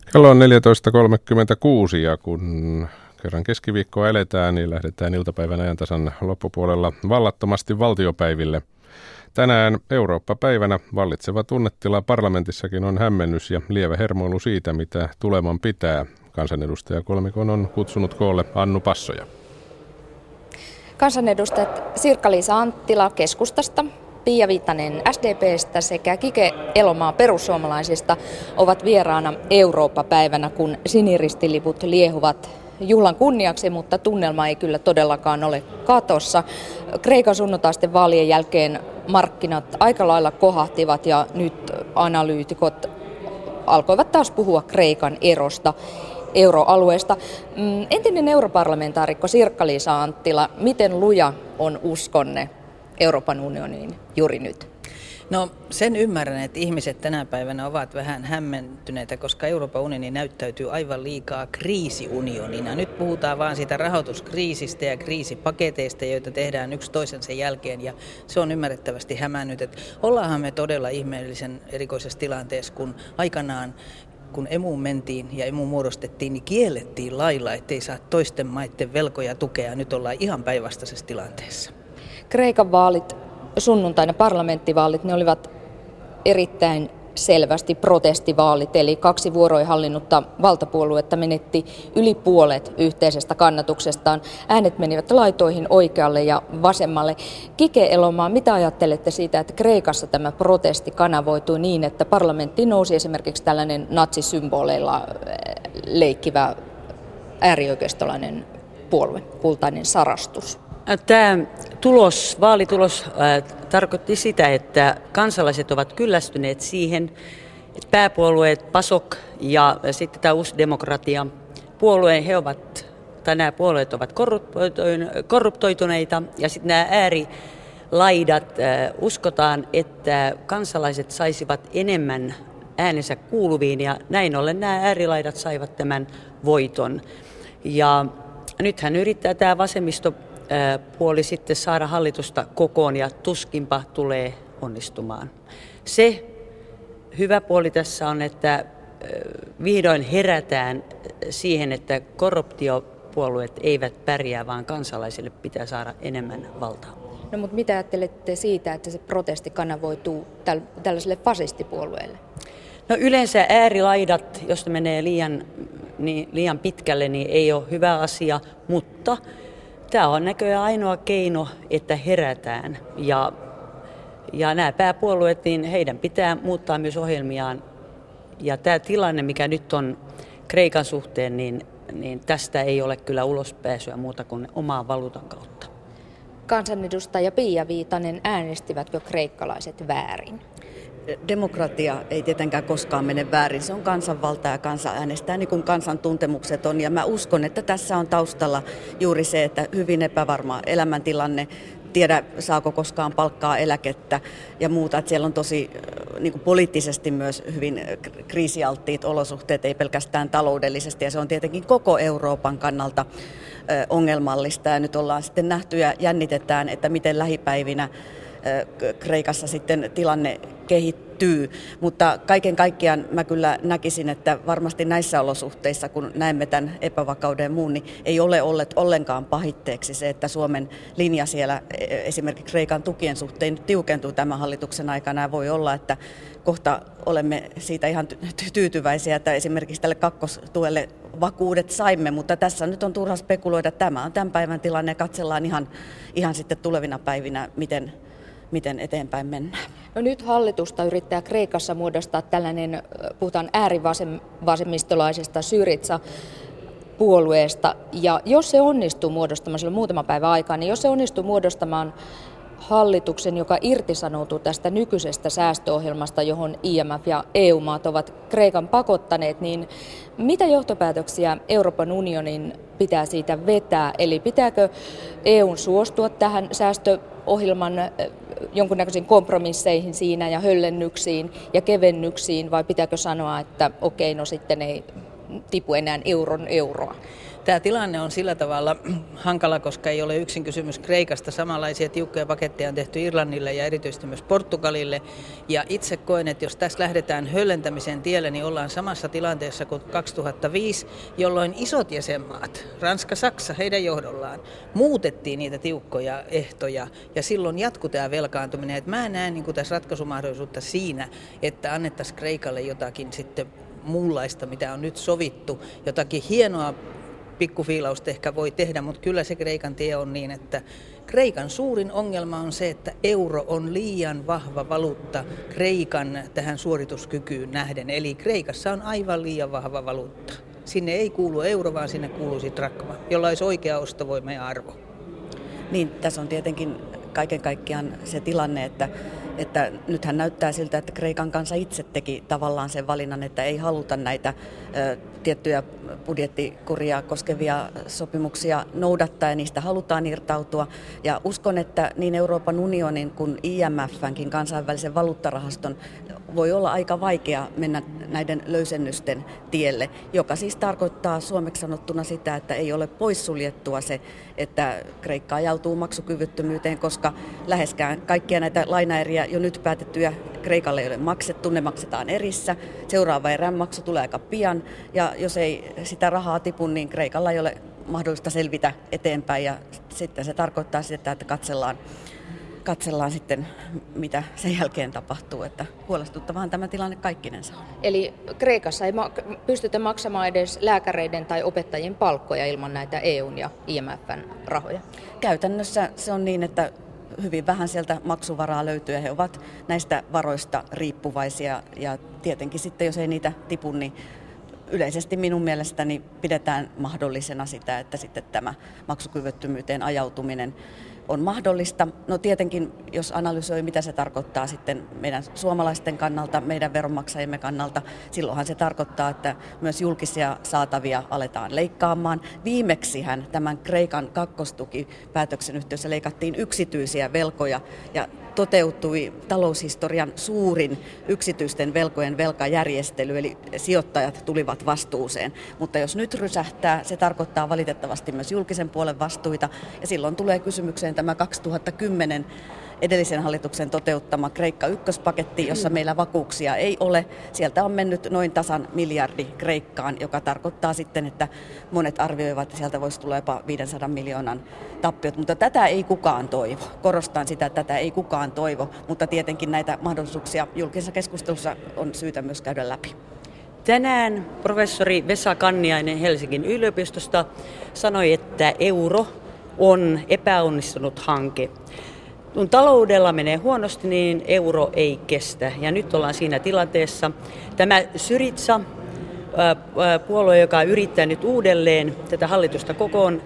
Kello on 14.36 ja kun kerran keskiviikkoa eletään, niin lähdetään iltapäivän ajantasan loppupuolella vallattomasti valtiopäiville. Tänään Eurooppa-päivänä vallitseva tunnetila parlamentissakin on hämmennys ja lievä hermoilu siitä, mitä tuleman pitää. Kansanedustajakolmikon on kutsunut koolle Annu Passoja. Kansanedustajat Sirkka-Liisa Anttila keskustasta, Pia Viitanen SDP:stä sekä Kike Elomaa perussuomalaisista ovat vieraana Eurooppa-päivänä, kun siniristiliput liehuvat juhlan kunniaksi, mutta tunnelma ei kyllä todellakaan ole katossa. Kreikan sunnuntaisten vaalien jälkeen markkinat aika lailla kohahtivat ja nyt analyytikot alkoivat taas puhua Kreikan erosta euroalueesta. Entinen europarlamentaarikko Sirkka-Liisa Anttila, miten luja on uskonne Euroopan unioniin juuri nyt? No sen ymmärrän, että ihmiset tänä päivänä ovat vähän hämmentyneitä, koska Euroopan unioni näyttäytyy aivan liikaa kriisiunionina. Nyt puhutaan vaan siitä rahoituskriisistä ja kriisipaketeista, joita tehdään yksi toisensa jälkeen, ja se on ymmärrettävästi hämännyt. Että ollaanhan me todella ihmeellisen erikoisessa tilanteessa, kun aikanaan kun emuun mentiin ja emu muodostettiin, niin kiellettiin lailla, ettei saa toisten maiden velkoja tukea. Nyt ollaan ihan päinvastaisessa tilanteessa. Kreikan vaalit, sunnuntaina parlamenttivaalit, ne olivat erittäin selvästi protestivaalit, eli kaksi vuoroin hallinnutta valtapuoluetta menetti yli puolet yhteisestä kannatuksestaan. Äänet menivät laitoihin oikealle ja vasemmalle. Kike Elomaa, mitä ajattelette siitä, että Kreikassa tämä protesti kanavoitui niin, että parlamenttiin nousi esimerkiksi tällainen natsisymboleilla leikkivä äärioikeistolainen puolue, kultainen sarastus? Tämä vaalitulos tarkoitti sitä, että kansalaiset ovat kyllästyneet siihen, että pääpuolueet PASOK ja sitten tämä uusi demokratia puolue, nämä puolueet ovat korruptoituneita ja sitten nämä äärilaidat uskotaan, että kansalaiset saisivat enemmän äänensä kuuluviin ja näin ollen nämä äärilaidat saivat tämän voiton. Ja nythän yrittää tämä vasemmistopuoli sitten saada hallitusta kokoon ja tuskinpa tulee onnistumaan. Se hyvä puoli tässä on, että vihdoin herätään siihen, että korruptiopuolueet eivät pärjää, vaan kansalaisille pitää saada enemmän valtaa. No mutta mitä ajattelette siitä, että se protesti kanavoituu tällaiselle fasistipuolueelle? No yleensä äärilaidat, jos ne menee liian pitkälle, niin ei ole hyvä asia, mutta tämä on näköjään ainoa keino, että herätään. Ja nämä pääpuolueet, niin heidän pitää muuttaa myös ohjelmiaan. Ja tämä tilanne, mikä nyt on Kreikan suhteen, niin tästä ei ole kyllä ulospääsyä muuta kuin omaan valuutan kautta. Kansanedustaja Pia Viitanen, äänestivätkö kreikkalaiset väärin? Demokratia ei tietenkään koskaan mene väärin. Se on kansanvalta ja kansa äänestää niin kuin kansan tuntemukset on. Ja mä uskon, että tässä on taustalla juuri se, että hyvin epävarma elämäntilanne, tiedä saako koskaan palkkaa, eläkettä ja muuta. Että siellä on tosi niin kuin poliittisesti myös hyvin kriisialttiit olosuhteet, ei pelkästään taloudellisesti. Ja se on tietenkin koko Euroopan kannalta ongelmallista. Ja nyt ollaan sitten nähty ja jännitetään, että miten lähipäivinä Kreikassa sitten tilanne kehittyy, mutta kaiken kaikkiaan mä kyllä näkisin, että varmasti näissä olosuhteissa, kun näemme tämän epävakauden ja muun, niin ei ole ollut ollenkaan pahitteeksi se, että Suomen linja siellä esimerkiksi Kreikan tukien suhteen nyt tiukentuu tämän hallituksen aikana ja voi olla, että kohta olemme siitä ihan tyytyväisiä, että esimerkiksi tälle kakkostuelle vakuudet saimme, mutta tässä nyt on turha spekuloida, että tämä on tämän päivän tilanne ja katsellaan ihan sitten tulevina päivinä, miten eteenpäin mennään. No nyt hallitusta yrittää Kreikassa muodostaa tällainen, puhutaan äärivasemmistolaisesta Syriza-puolueesta, ja jos se onnistuu muodostamaan, sillä on muutama päivä aikaa, niin jos se onnistuu muodostamaan hallituksen, joka irtisanoutuu tästä nykyisestä säästöohjelmasta, johon IMF ja EU-maat ovat Kreikan pakottaneet, niin mitä johtopäätöksiä Euroopan unionin pitää siitä vetää? Eli pitääkö EUn suostua tähän säästöohjelman jonkunnäköisiin kompromisseihin siinä ja höllennyksiin ja kevennyksiin, vai pitääkö sanoa, että okei, no sitten ei tipu enää euron euroa? Tämä tilanne on sillä tavalla hankala, koska ei ole yksin kysymys Kreikasta. Samanlaisia tiukkoja paketteja on tehty Irlannille ja erityisesti myös Portugalille. Ja itse koen, että jos tässä lähdetään höllentämisen tielle, niin ollaan samassa tilanteessa kuin 2005, jolloin isot jäsenmaat, Ranska, Saksa, heidän johdollaan, muutettiin niitä tiukkoja ehtoja. Ja silloin jatkui tämä velkaantuminen. Että mä näen niin kuin tässä ratkaisumahdollisuutta siinä, että annettaisiin Kreikalle jotakin sitten muunlaista, mitä on nyt sovittu, jotakin hienoa. Pikkufiilausta ehkä voi tehdä, mutta kyllä se Kreikan tie on niin, että Kreikan suurin ongelma on se, että euro on liian vahva valuutta Kreikan tähän suorituskykyyn nähden. Eli Kreikassa on aivan liian vahva valuutta. Sinne ei kuulu euro, vaan sinne kuuluisi drakma, jolla olisi oikea ostovoima ja arvo. Niin, tässä on tietenkin kaiken kaikkiaan se tilanne, että nythän näyttää siltä, että Kreikan kansa itse teki tavallaan sen valinnan, että ei haluta näitä tiettyjä budjettikuria koskevia sopimuksia noudattaa ja niistä halutaan irtautua. Ja uskon, että niin Euroopan unionin kuin IMF:nkin kansainvälisen valuuttarahaston voi olla aika vaikea mennä näiden löysennysten tielle, joka siis tarkoittaa suomeksi sanottuna sitä, että ei ole poissuljettua se, että Kreikka ajautuu maksukyvyttömyyteen, koska läheskään kaikkia näitä lainaeriä jo nyt päätettyjä Kreikalle ei ole maksettu, ne maksetaan erissä. Seuraava erän maksu tulee aika pian ja jos ei sitä rahaa tipu, niin Kreikalla ei ole mahdollista selvitä eteenpäin ja sitten se tarkoittaa sitä, että katsellaan sitten, mitä sen jälkeen tapahtuu, että huolestuttavahan tämä tilanne kaikkinensa on. Eli Kreikassa ei pystytä maksamaan edes lääkäreiden tai opettajien palkkoja ilman näitä EUn ja IMF:n rahoja? Käytännössä se on niin, että hyvin vähän sieltä maksuvaraa löytyy ja he ovat näistä varoista riippuvaisia ja tietenkin sitten, jos ei niitä tipu, niin yleisesti minun mielestäni pidetään mahdollisena sitä, että sitten tämä maksukyvyttömyyteen ajautuminen on mahdollista. No tietenkin, jos analysoi, mitä se tarkoittaa sitten meidän suomalaisten kannalta, meidän veronmaksajiemme kannalta, silloinhan se tarkoittaa, että myös julkisia saatavia aletaan leikkaamaan. Viimeksihän tämän Kreikan kakkostukipäätöksen yhteydessä leikattiin yksityisiä velkoja ja toteutui taloushistorian suurin yksityisten velkojen velkajärjestely, eli sijoittajat tulivat vastuuseen. Mutta jos nyt rysähtää, se tarkoittaa valitettavasti myös julkisen puolen vastuita, ja silloin tulee kysymykseen tämä 2010 edellisen hallituksen toteuttama Kreikka ykköspaketti, jossa meillä vakuuksia ei ole. Sieltä on mennyt noin tasan miljardi Kreikkaan, joka tarkoittaa sitten, että monet arvioivat, että sieltä voisi tulla jopa 500 miljoonan tappiot. Mutta tätä ei kukaan toivo. Korostan sitä, että tätä ei kukaan toivo, mutta tietenkin näitä mahdollisuuksia julkisessa keskustelussa on syytä myös käydä läpi. Tänään professori Vesa Kanniainen Helsingin yliopistosta sanoi, että euro on epäonnistunut hanke. Kun taloudella menee huonosti, niin euro ei kestä. Ja nyt ollaan siinä tilanteessa. Tämä Syriza, puolue, joka yrittää nyt uudelleen tätä hallitusta kokoon,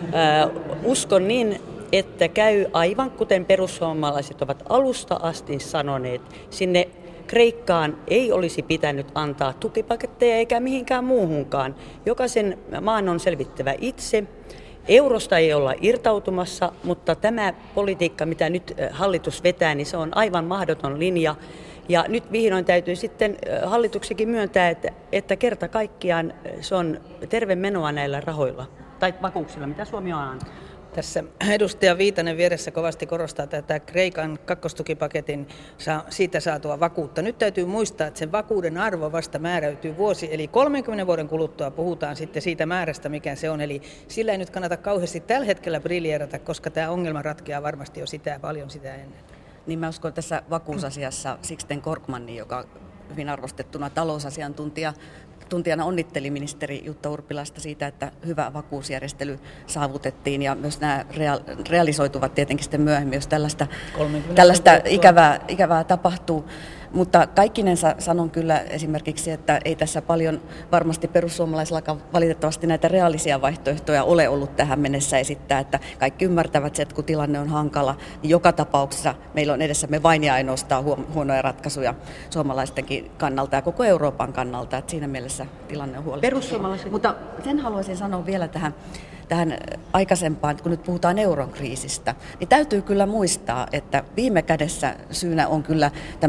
uskon niin, että käy aivan kuten perussuomalaiset ovat alusta asti sanoneet. Sinne Kreikkaan ei olisi pitänyt antaa tukipaketteja eikä mihinkään muuhunkaan. Jokaisen maan on selvittävä itse. Eurosta ei olla irtautumassa, mutta tämä politiikka, mitä nyt hallitus vetää, niin se on aivan mahdoton linja. Ja nyt vihdoin täytyy sitten hallituksenkin myöntää, että kerta kaikkiaan se on terve menoa näillä rahoilla tai vakuuksilla, mitä Suomi on antanut. Tässä edustaja Viitanen vieressä kovasti korostaa tätä Kreikan kakkostukipaketin siitä saatua vakuutta. Nyt täytyy muistaa, että sen vakuuden arvo vasta määräytyy vuosi, eli 30 vuoden kuluttua puhutaan sitten siitä määrästä, mikä se on. Eli sillä ei nyt kannata kauheasti tällä hetkellä briljeerata, koska tämä ongelma ratkeaa varmasti jo paljon sitä ennen. Niin mä uskon tässä vakuusasiassa Sixten Korkmanin, joka hyvin arvostettuna talousasiantuntijana onnitteli ministeri Jutta Urpilaista siitä, että hyvä vakuusjärjestely saavutettiin ja myös nämä realisoituvat tietenkin sitten myöhemmin, jos tällaista ikävää tapahtuu. Mutta kaikkinensa sanon kyllä esimerkiksi, että ei tässä paljon varmasti perussuomalaisillakaan valitettavasti näitä reaalisia vaihtoehtoja ole ollut tähän mennessä esittää, että kaikki ymmärtävät se, että kun tilanne on hankala, niin joka tapauksessa meillä on edessämme vain ja ainoastaan huonoja ratkaisuja suomalaistenkin kannalta ja koko Euroopan kannalta, että siinä mielessä tilanne on huolestuttava. Mutta sen haluaisin sanoa vielä tähän aikaisempaan, kun nyt puhutaan euron kriisistä, niin täytyy kyllä muistaa, että viime kädessä syynä on kyllä tämmöisen ahneen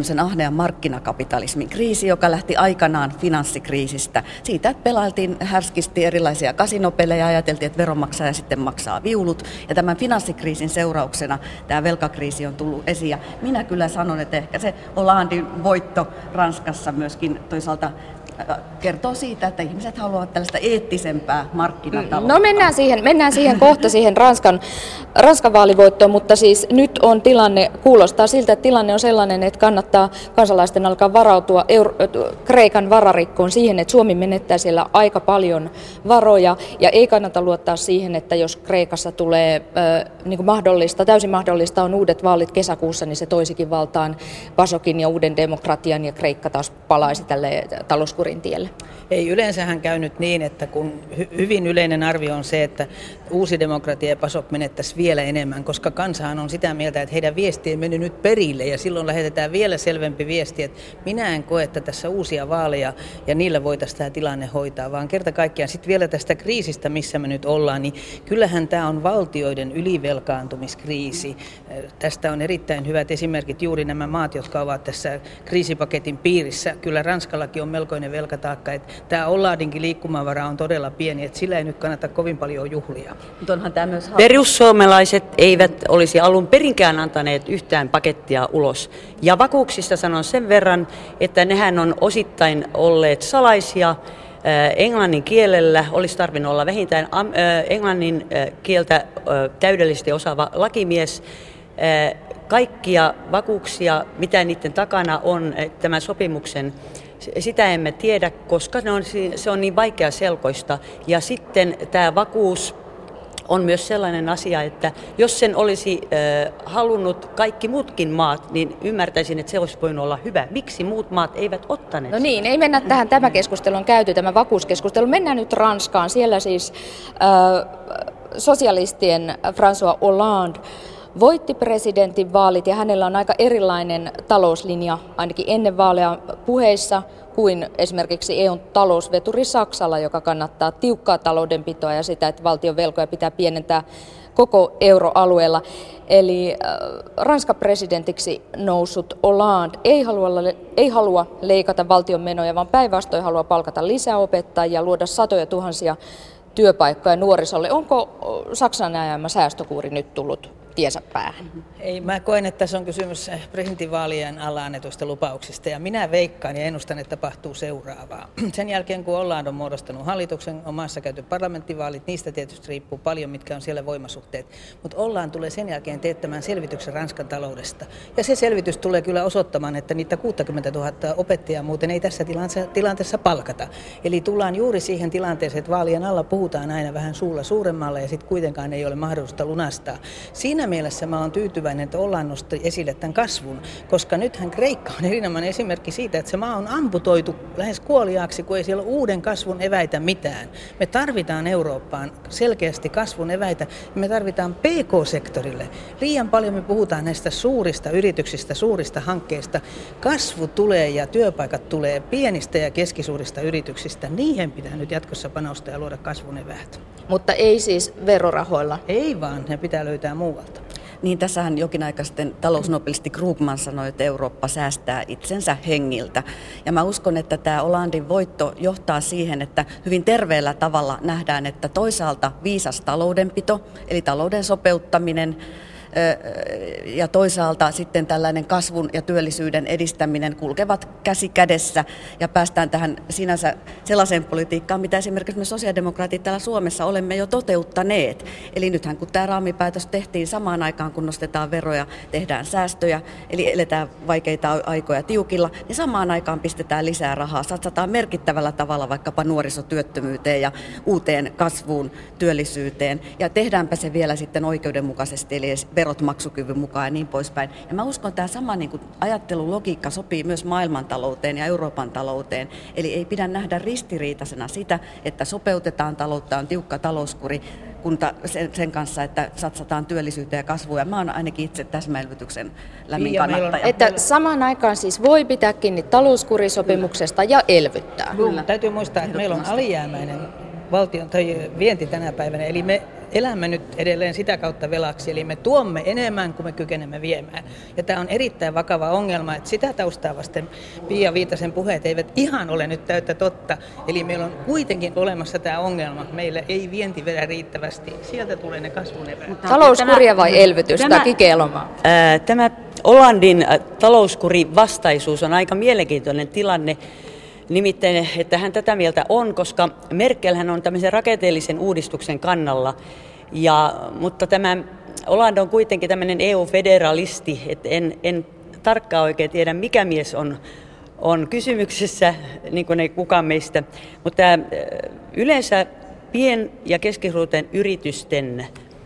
ja markkinakapitalismin kriisi, joka lähti aikanaan finanssikriisistä. Siitä pelailtiin härskisti erilaisia kasinopelejä ja ajateltiin, että veronmaksaja sitten maksaa viulut. Ja tämän finanssikriisin seurauksena tämä velkakriisi on tullut esiin. Ja minä kyllä sanon, että ehkä se Hollandin voitto Ranskassa myöskin toisaalta kertoo siitä, että ihmiset haluavat tällaista eettisempää markkinataloutta. No mennään siihen kohta siihen Ranskan vaalivoittoon, mutta siis nyt on tilanne, kuulostaa siltä, että tilanne on sellainen, että kannattaa kansalaisten alkaa varautua Kreikan vararikkoon siihen, että Suomi menettää siellä aika paljon varoja ja ei kannata luottaa siihen, että jos Kreikassa tulee täysin mahdollista on uudet vaalit kesäkuussa, niin se toisikin valtaan PASOKin ja uuden demokratian ja Kreikka taas palaisi tälle talouskurin tielle. Ei yleensähän käynyt niin, että kun hyvin yleinen arvio on se, että uusi demokratia ja PASOK menettäisi vielä enemmän, koska kansahan on sitä mieltä, että heidän viesti ei mennyt nyt perille ja silloin lähetetään vielä selvempi viesti, että minä en koe, että tässä uusia vaaleja ja niillä voitaisiin tämä tilanne hoitaa, vaan kerta kaikkiaan sitten vielä tästä kriisistä, missä me nyt ollaan, niin kyllähän tämä on valtioiden ylivelkaantumiskriisi. Tästä on erittäin hyvät esimerkit juuri nämä maat, jotka ovat tässä kriisipaketin piirissä. Kyllä Ranskallakin on melkoinen velkataakka, että tämä Hollandinkin liikkumavara on todella pieni, että sillä ei nyt kannata kovin paljon juhlia. Perussuomalaiset eivät olisi alun perinkään antaneet yhtään pakettia ulos. Ja vakuuksista sanon sen verran, että nehän on osittain olleet salaisia. Englannin kielellä olisi tarvinnut olla vähintään englannin kieltä täydellisesti osaava lakimies. Kaikkia vakuuksia, mitä niiden takana on tämän sopimuksen, sitä emme tiedä, koska se on niin vaikeaselkoista. Ja sitten tämä vakuus on myös sellainen asia, että jos sen olisi halunnut kaikki muutkin maat, niin ymmärtäisin, että se olisi voinut olla hyvä. Miksi muut maat eivät ottaneet? No niin, ei mennä tähän. Tämä keskustelu on käyty, tämä vakuuskeskustelu. Mennään nyt Ranskaan. Siellä siis sosialistien François Hollande voitti presidentin vaalit ja hänellä on aika erilainen talouslinja, ainakin ennen vaaleja puheissa, kuin esimerkiksi EUn talousveturi Saksalla, joka kannattaa tiukkaa taloudenpitoa ja sitä, että valtion velkoja pitää pienentää koko euroalueella. Eli Ranskan presidentiksi noussut Hollande ei halua leikata valtion menoja, vaan päinvastoin haluaa palkata lisää opettajia ja luoda satoja tuhansia työpaikkoja nuorisolle. Onko Saksan ajama säästökuuri nyt tullut tiensä päähän? Ei, mä koen, että tässä on kysymys presidentinvaalien alla annetuista lupauksista ja minä veikkaan ja ennustan, että tapahtuu seuraavaa. Sen jälkeen kun Hollande on muodostanut hallituksen, on maassa käyty parlamenttivaalit, niistä tietysti riippuu paljon, mitkä on siellä voimasuhteet. Mutta Hollande tulee sen jälkeen teettämään selvityksen Ranskan taloudesta. Ja se selvitys tulee kyllä osoittamaan, että niitä 60 000 opettajaa muuten ei tässä tilanteessa palkata. Eli tullaan juuri siihen tilanteeseen, että vaalien alla puhutaan aina vähän suulla suuremmalla ja sitten kuitenkaan ei ole mahdollista lunastaa. Siinä mielessä mä oon tyytyväinen, että Hollande nosti esille tämän kasvun, koska nythän Kreikka on erinomainen esimerkki siitä, että se maa on amputoitu lähes kuoliaaksi, kun ei siellä ole uuden kasvun eväitä mitään. Me tarvitaan Eurooppaan selkeästi kasvun eväitä ja me tarvitaan PK-sektorille. Liian paljon me puhutaan näistä suurista yrityksistä, suurista hankkeista. Kasvu tulee ja työpaikat tulee pienistä ja keskisuurista yrityksistä. Niihin pitää nyt jatkossa panostaa ja luoda kasvun eväät. Mutta ei siis verorahoilla? Ei vaan, ne pitää löytää muualta. Niin tässähän jokin aika sitten talousnobelisti Krugman sanoi, että Eurooppa säästää itsensä hengiltä. Ja mä uskon, että tämä Hollandin voitto johtaa siihen, että hyvin terveellä tavalla nähdään, että toisaalta viisas taloudenpito, eli talouden sopeuttaminen, ja toisaalta sitten tällainen kasvun ja työllisyyden edistäminen kulkevat käsi kädessä ja päästään tähän sinänsä sellaiseen politiikkaan, mitä esimerkiksi me sosiaalidemokraatit täällä Suomessa olemme jo toteuttaneet. Eli nythän kun tämä raamipäätös tehtiin samaan aikaan, kun nostetaan veroja, tehdään säästöjä, eli eletään vaikeita aikoja tiukilla, niin samaan aikaan pistetään lisää rahaa, satsataan merkittävällä tavalla vaikkapa nuorisotyöttömyyteen ja uuteen kasvuun, työllisyyteen ja tehdäänpä se vielä sitten oikeudenmukaisesti, eli verot maksukyvyn mukaan ja niin poispäin. Ja mä uskon, että tämä sama niin kuin ajattelulogiikka sopii myös maailmantalouteen ja Euroopan talouteen. Eli ei pidä nähdä ristiriitaisena sitä, että sopeutetaan taloutta, on tiukka talouskuri, sen kanssa, että satsataan työllisyyteen ja kasvuun. Ja mä oon ainakin itse täsmäelvytyksen lämmin kannattaja. Että samaan aikaan siis voi pitää kiinni talouskurisopimuksesta ja elvyttää. Kyllä. Täytyy muistaa, että meillä on alijäämäinen valtion tai vienti tänä päivänä, eli me elämme nyt edelleen sitä kautta velaksi, eli me tuomme enemmän kuin me kykenemme viemään. Ja tämä on erittäin vakava ongelma, että sitä taustaa vasten Pia Viitasen puheet eivät ihan ole nyt täyttä totta. Eli meillä on kuitenkin olemassa tämä ongelma, meillä ei vienti vedä riittävästi, sieltä tulee ne kasvun eväät. Talouskuria vai elvytystä, Kike Elomaa? Tämä Hollandin talouskurivastaisuus on aika mielenkiintoinen tilanne. Nimittäin, että hän tätä mieltä on, koska Merkelhän on tämmöisen rakenteellisen uudistuksen kannalla, mutta tämä Hollande on kuitenkin tämmöinen EU-federalisti, että en tarkkaan oikein tiedä, mikä mies on kysymyksessä, niin kuin ei kukaan meistä, mutta yleensä pien- ja keskisuurten yritysten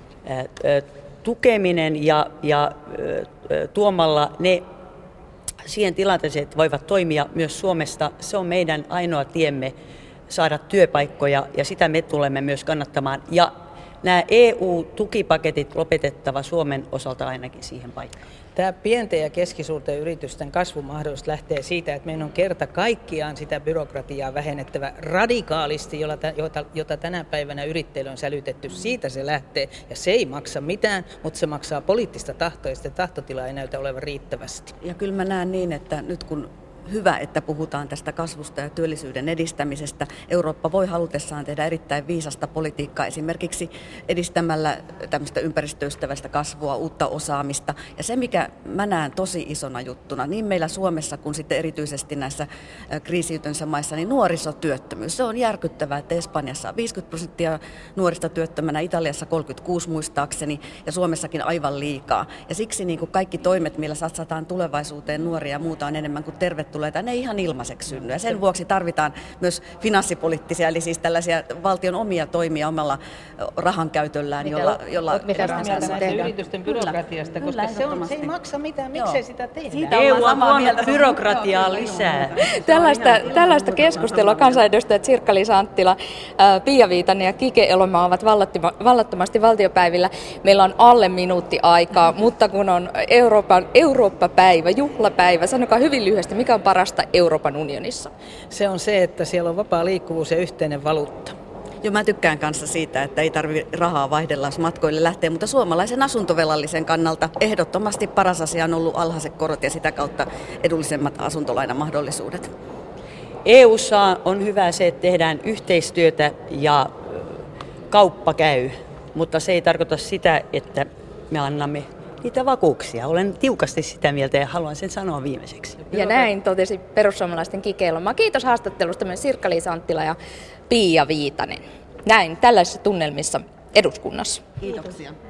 tukeminen ja tuomalla ne siihen tilanteeseen, että voivat toimia myös Suomesta, se on meidän ainoa tiemme saada työpaikkoja ja sitä me tulemme myös kannattamaan. Ja nämä EU-tukipaketit lopetettava Suomen osalta ainakin siihen paikkaan. Tämä pienten ja keskisuurten yritysten kasvumahdollisuus lähtee siitä, että meidän on kerta kaikkiaan sitä byrokratiaa vähennettävä radikaalisti, jota tänä päivänä yrittäjille on sälytetty. Siitä se lähtee ja se ei maksa mitään, mutta se maksaa poliittista tahtoa ja sitä tahtotilaa ei näytä olevan riittävästi. Ja kyllä mä näen niin, että nyt kun hyvä, että puhutaan tästä kasvusta ja työllisyyden edistämisestä. Eurooppa voi halutessaan tehdä erittäin viisasta politiikkaa, esimerkiksi edistämällä tämmöistä ympäristöystävästä kasvua, uutta osaamista. Ja se, mikä mä näen tosi isona juttuna, niin meillä Suomessa kuin sitten erityisesti näissä kriisiytyneissa maissa, niin nuorisotyöttömyys. Se on järkyttävää, että Espanjassa on 50% nuorista työttömänä, Italiassa 36 muistaakseni ja Suomessakin aivan liikaa. Ja siksi niin kuin kaikki toimet, millä satsataan tulevaisuuteen nuoria ja muuta on enemmän kuin tervetulleita, ne ei ihan ilmaiseksi synny. Ja sen vuoksi tarvitaan myös finanssipoliittisia, eli siis tällaisia valtion omia toimia omalla rahan käytöllään, jolla yritysten byrokratiasta, koska se ei maksa mitään, miksei sitä tehdä. EU on tuonut byrokratiaa lisää. Tällaista keskustelua kansanedustajat Sirkka-Liisa Anttila, Pia Viitanen ja Kike Elomaa ovat vallattomasti valtiopäivillä. Meillä on alle minuutti aikaa, mutta kun on Eurooppa-päivä, juhlapäivä, sanokaa hyvin lyhyesti, mikä on parasta Euroopan unionissa? Se on se, että siellä on vapaa liikkuvuus ja yhteinen valuutta. Joo, mä tykkään kanssa siitä, että ei tarvitse rahaa vaihdella, jos matkoille lähtee, mutta suomalaisen asuntovelallisen kannalta ehdottomasti paras asia on ollut alhaiset korot ja sitä kautta edullisemmat asuntolainamahdollisuudet. EU:ssa on hyvä se, että tehdään yhteistyötä ja kauppa käy, mutta se ei tarkoita sitä, että me annamme niitä vakuuksia. Olen tiukasti sitä mieltä ja haluan sen sanoa viimeiseksi. Ja näin totesi perussuomalaisten Kike Elomaa. Kiitos haastattelusta myös Sirkka-Liisa Anttila ja Pia Viitanen. Näin tällaisissa tunnelmissa eduskunnassa. Kiitoksia.